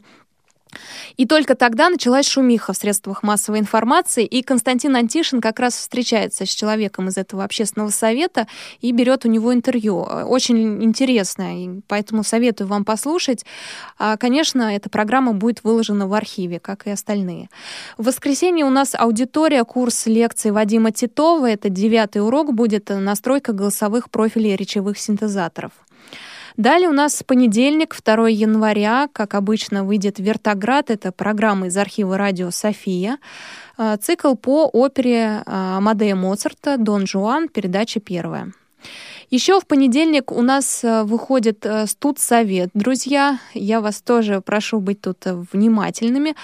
И только тогда началась шумиха в средствах массовой информации, и Константин Антишин как раз встречается с человеком из этого общественного совета и берет у него интервью. Очень интересно, и поэтому советую вам послушать. Конечно, эта программа будет выложена в архиве, как и остальные. В воскресенье у нас аудитория, курс лекций Вадима Титова. Это 9-й урок, будет настройка голосовых профилей речевых синтезаторов. Далее у нас понедельник, 2 января, как обычно, выйдет «Вертоград». Это программа из архива радио «София». Цикл по опере Амадея Моцарта «Дон Жуан», передача 1. Еще в понедельник у нас выходит «Студсовет». Друзья, я вас тоже прошу быть тут внимательными.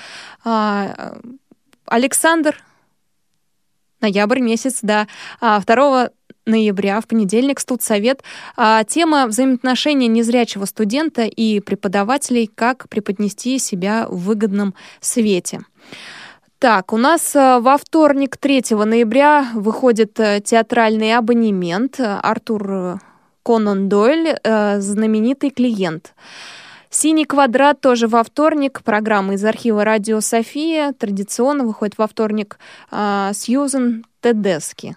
Александр, ноябрь месяц, да, 2 ноября, в понедельник, Студсовет. Тема взаимоотношения незрячего студента и преподавателей, как преподнести себя в выгодном свете. Так, у нас во вторник, 3 ноября, выходит театральный абонемент. Артур Конан Дойль, знаменитый клиент. «Синий квадрат» тоже во вторник. Программа из архива радио «София». Традиционно выходит во вторник Сьюзен Тедески.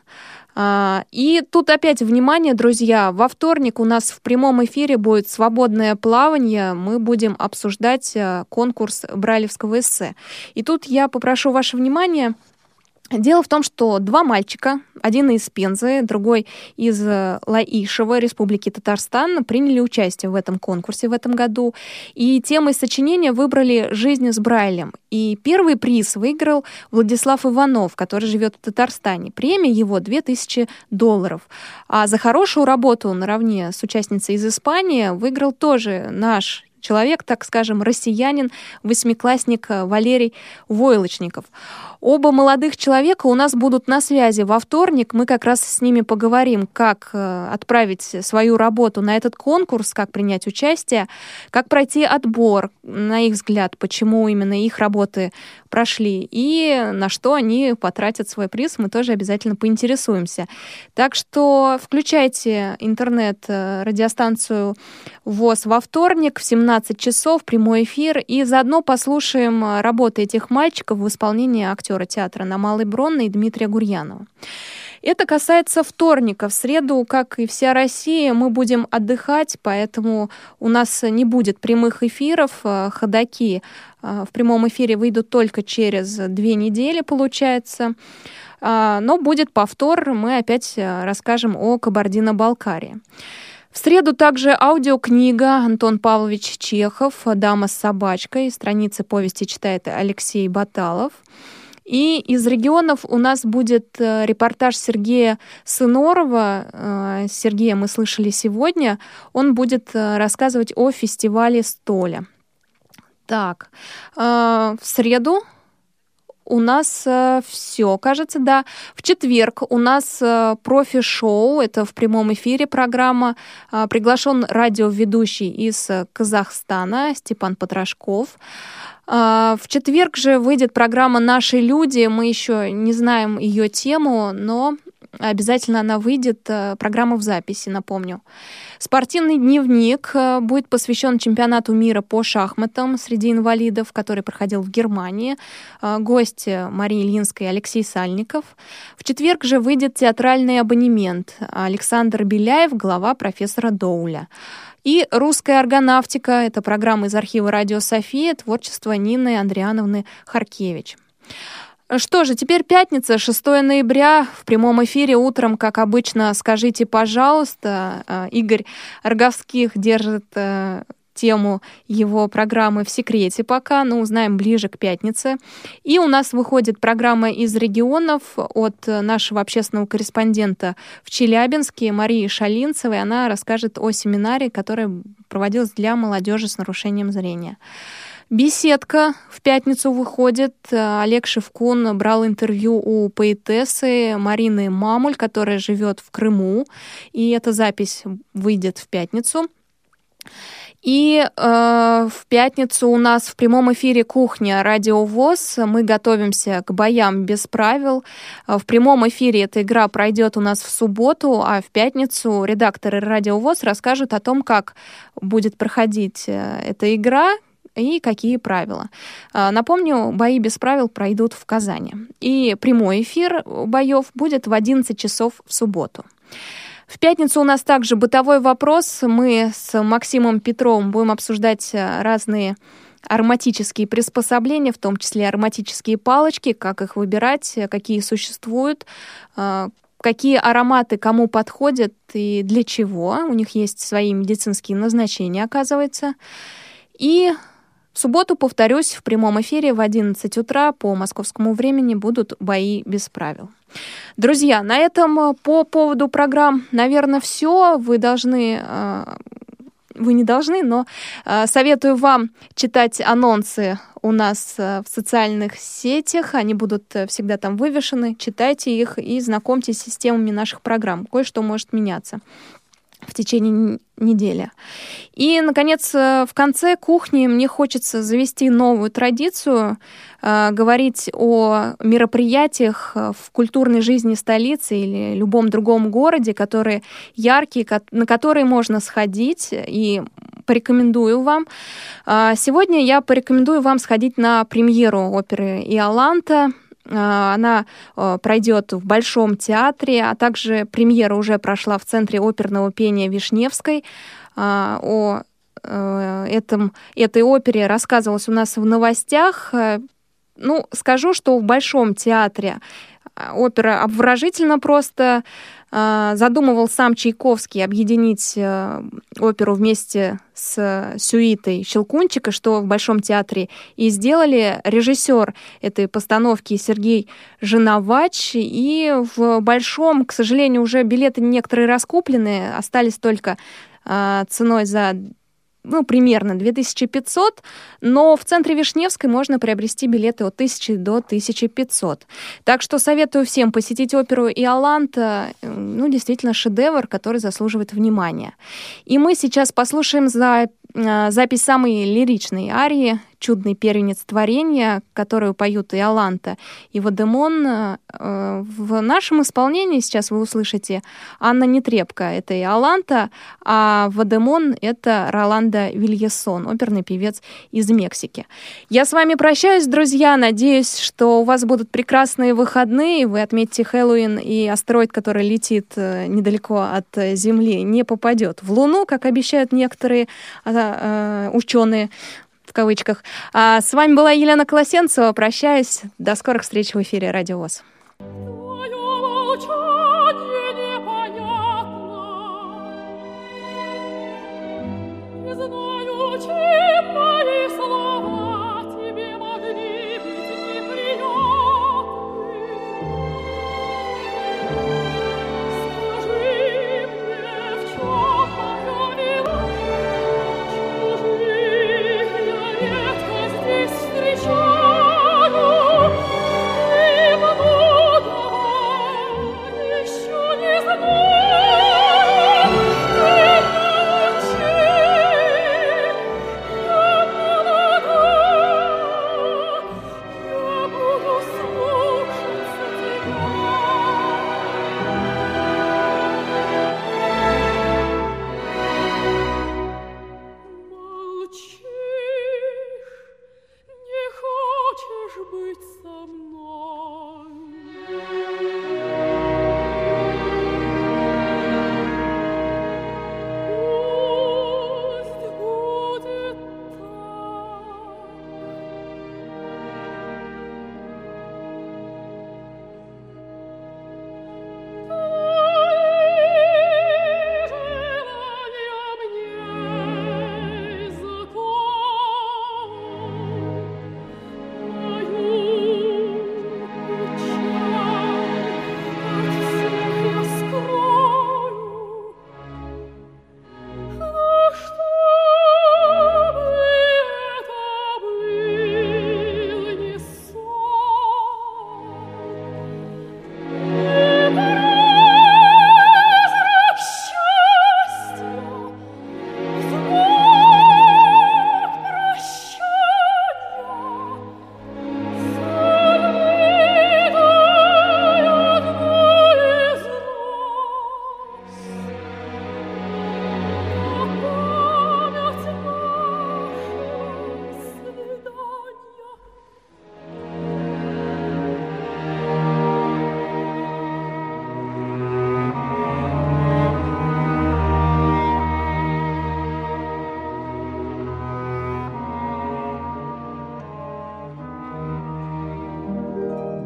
И тут опять внимание, друзья, во вторник у нас в прямом эфире будет «Свободное плавание». Мы будем обсуждать конкурс брайлевского эссе. И тут я попрошу ваше внимание. Дело в том, что два мальчика, один из Пензы, другой из Лаишева, Республики Татарстан, приняли участие в этом конкурсе в этом году. И темой сочинения выбрали «Жизнь с Брайлем». И первый приз выиграл Владислав Иванов, который живет в Татарстане. Премия его $2000. А за хорошую работу наравне с участницей из Испании выиграл тоже наш человек, так скажем, россиянин, 8-классник Валерий Войлочников. Оба молодых человека у нас будут на связи во вторник. Мы как раз с ними поговорим, как отправить свою работу на этот конкурс, как принять участие, как пройти отбор, на их взгляд, почему именно их работы прошли и на что они потратят свой приз. Мы тоже обязательно поинтересуемся. Так что включайте интернет-радиостанцию ВОС во вторник в 17 часов, прямой эфир, и заодно послушаем работы этих мальчиков в исполнении актера театра на Малой Бронной Дмитрия Гурьянова. Это касается вторника. В среду, как и вся Россия, мы будем отдыхать, поэтому у нас не будет прямых эфиров. Ходоки в прямом эфире выйдут только через 2 недели, получается. Но будет повтор, мы опять расскажем о Кабардино-Балкарии. В среду также аудиокнига Антон Павлович Чехов «Дама с собачкой». Страницы повести читает Алексей Баталов. И из регионов у нас будет репортаж Сергея Сынорова. Сергея мы слышали сегодня. Он будет рассказывать о фестивале «Столя». Так, в среду у нас все, кажется, да. В четверг у нас профи-шоу, это в прямом эфире программа. Приглашен радиоведущий из Казахстана Степан Потрошков. В четверг же выйдет программа «Наши люди». Мы еще не знаем ее тему, но обязательно она выйдет, программа в записи, напомню. Спортивный дневник будет посвящен чемпионату мира по шахматам среди инвалидов, который проходил в Германии. Гость Марии Ильинской Алексей Сальников. В четверг же выйдет театральный абонемент. Александр Беляев, глава профессора Доуля. И «Русская органавтика» — это программа из архива «Радио София», творчество Нины Андриановны Харкевич. Что же, теперь пятница, 6 ноября, в прямом эфире утром, как обычно, «Скажите, пожалуйста». Игорь Роговских держит тему его программы в секрете пока, но узнаем ближе к пятнице. И у нас выходит программа из регионов от нашего общественного корреспондента в Челябинске Марии Шалинцевой. Она расскажет о семинаре, который проводился для молодежи с нарушением зрения. Беседка в пятницу выходит. Олег Шевкун брал интервью у поэтессы Марины Мамуль, которая живет в Крыму. И эта запись выйдет в пятницу. И в пятницу у нас в прямом эфире «Кухня» Радио ВОС. Мы готовимся к боям без правил. В прямом эфире эта игра пройдет у нас в субботу, а в пятницу редакторы Радио ВОС расскажут о том, как будет проходить эта игра и какие правила. Напомню, бои без правил пройдут в Казани. И прямой эфир боев будет в 11 часов в субботу. В пятницу у нас также бытовой вопрос. Мы с Максимом Петровым будем обсуждать разные ароматические приспособления, в том числе ароматические палочки, как их выбирать, какие существуют, какие ароматы кому подходят и для чего. У них есть свои медицинские назначения, оказывается. И в субботу, повторюсь, в прямом эфире в 11 утра по московскому времени будут бои без правил. Друзья, на этом по поводу программ, наверное, все. Вы не должны, но советую вам читать анонсы у нас в социальных сетях. Они будут всегда там вывешены. Читайте их и знакомьтесь с системами наших программ. Кое-что может меняться в течение недели. И, наконец, в конце кухни мне хочется завести новую традицию, говорить о мероприятиях в культурной жизни столицы или любом другом городе, которые яркие, на которые можно сходить, и порекомендую вам. Сегодня я порекомендую вам сходить на премьеру оперы «Иоланта». Она пройдет в Большом театре, а также премьера уже прошла в Центре оперного пения Вишневской. О этой опере рассказывалось у нас в новостях. Ну, скажу, что в Большом театре опера обворожительно просто. Задумывал сам Чайковский объединить оперу вместе с сюитой Щелкунчика, что в Большом театре и сделали. Режиссер этой постановки Сергей Женовач. И в Большом, к сожалению, уже билеты некоторые раскуплены, остались только ценой за примерно 2500, но в Центре Вишневской можно приобрести билеты от 1000 до 1500. Так что советую всем посетить оперу «Иоланта». Действительно шедевр, который заслуживает внимания. И мы сейчас послушаем запись самой лиричной арии «Чудный первенец творения», которую поют Иоланта и Вадемон. В нашем исполнении сейчас вы услышите Анна Нетребко, это Иоланта, а Вадемон — это Роланда Вильясон, оперный певец из Мексики. Я с вами прощаюсь, друзья. Надеюсь, что у вас будут прекрасные выходные. Вы отметите Хэллоуин, и астероид, который летит недалеко от Земли, не попадет в Луну, как обещают некоторые ученые, в кавычках. С вами была Елена Колосенцева. Прощаюсь. До скорых встреч в эфире Радио ВОС. Встречаю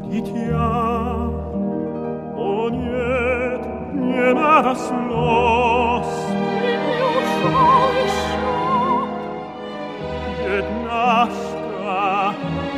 дитя. О нет, не надо слез. И не ушел еще, бедняжка.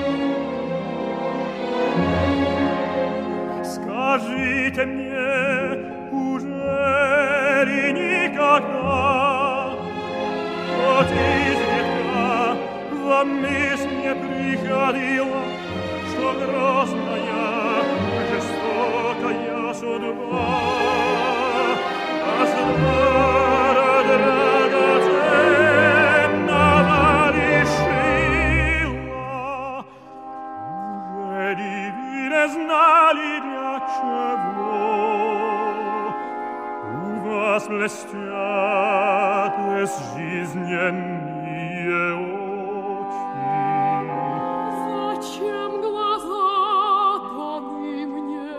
Скажите мне, уже ли никогда хоть изредка вам мысль не приходила, что грозная, жестокая судьба Аздара драгоценного лишила? Уже ли вы не знали, для чего у вас блестят безжизненные очи? Зачем глаза даны мне?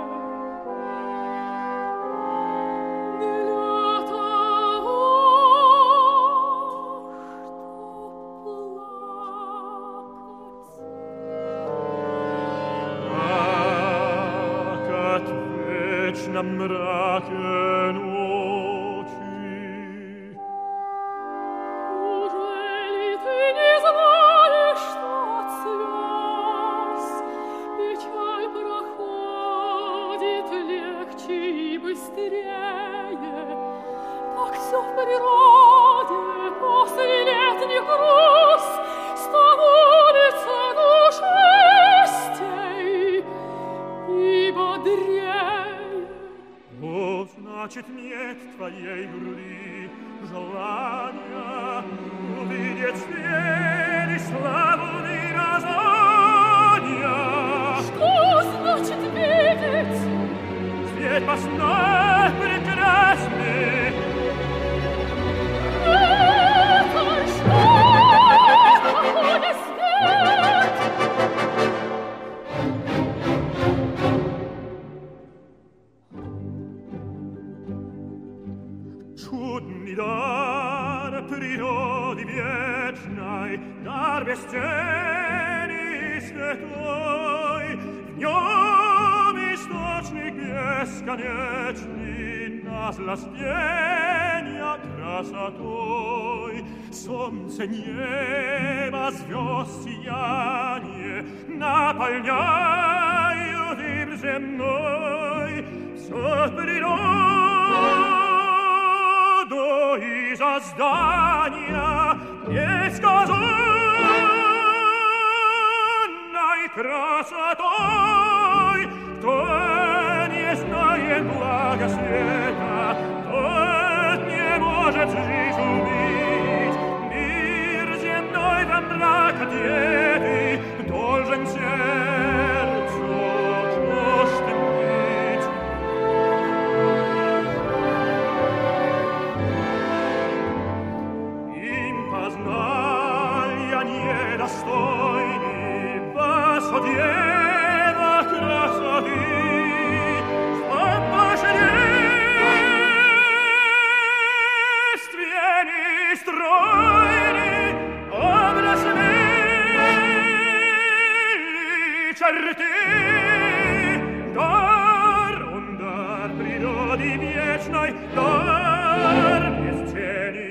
Для того, чтоб плакать в вечном мраке ночи. Ужели ты не знаешь, что от слез печаль проходит легче и быстрее? Так все в природе после летних груз становится душистей и бодрее. О, значит, нет в твоей груди желания увидеть свет и славный разония. Что значит видеть? Свет постной прекрасный. Это что такое свет? Чудный дар природы вечной, дар без тени святой, в нем источник бесконечный, наслаждения красотой. Солнце, небо, звезд сияние наполняют им земной все природу и создания несказанной красотой. Кто не знает блага света, тот не может жизнь убить. Мир земной во мрак одетый должен сердцу чуждым быть. Им познай я недостойный вас, о дева красоты, чтоб божественный стройный образ милый черты. Дар, он дар природы вечной, дар без тени,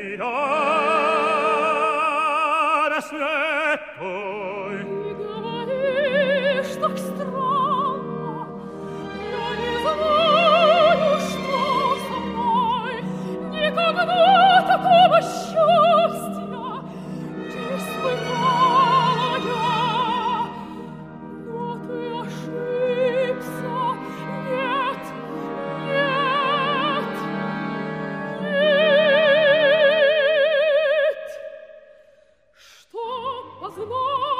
дар святой. Ты говоришь так странно, я не знаю, что со мной. Никогда такого счастья не испытала я. Но ты ошибся, нет, нет, нет. Что познать?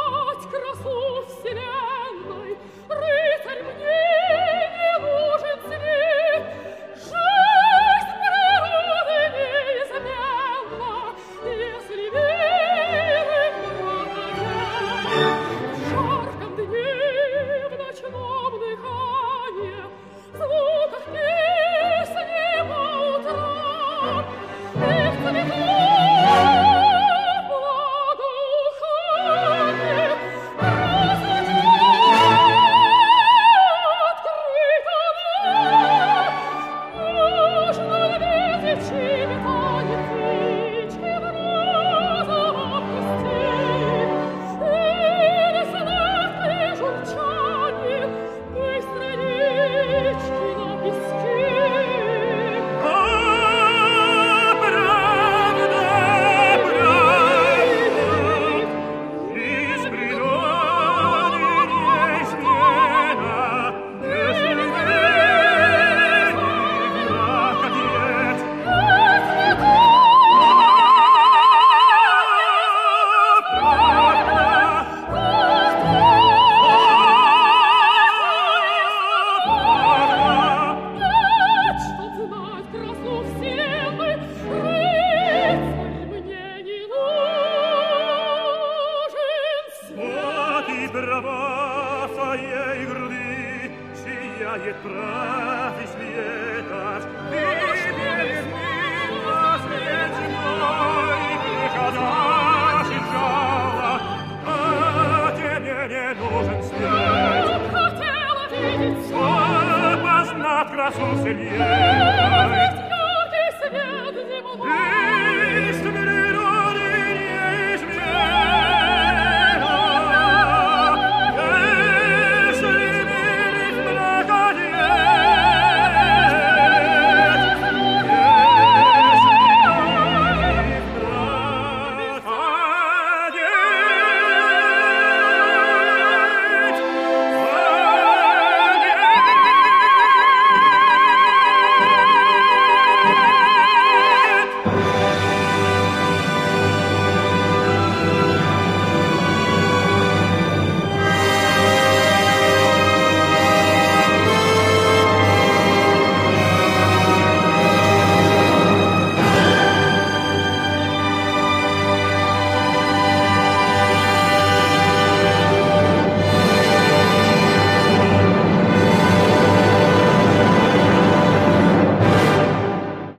знает прав и светов,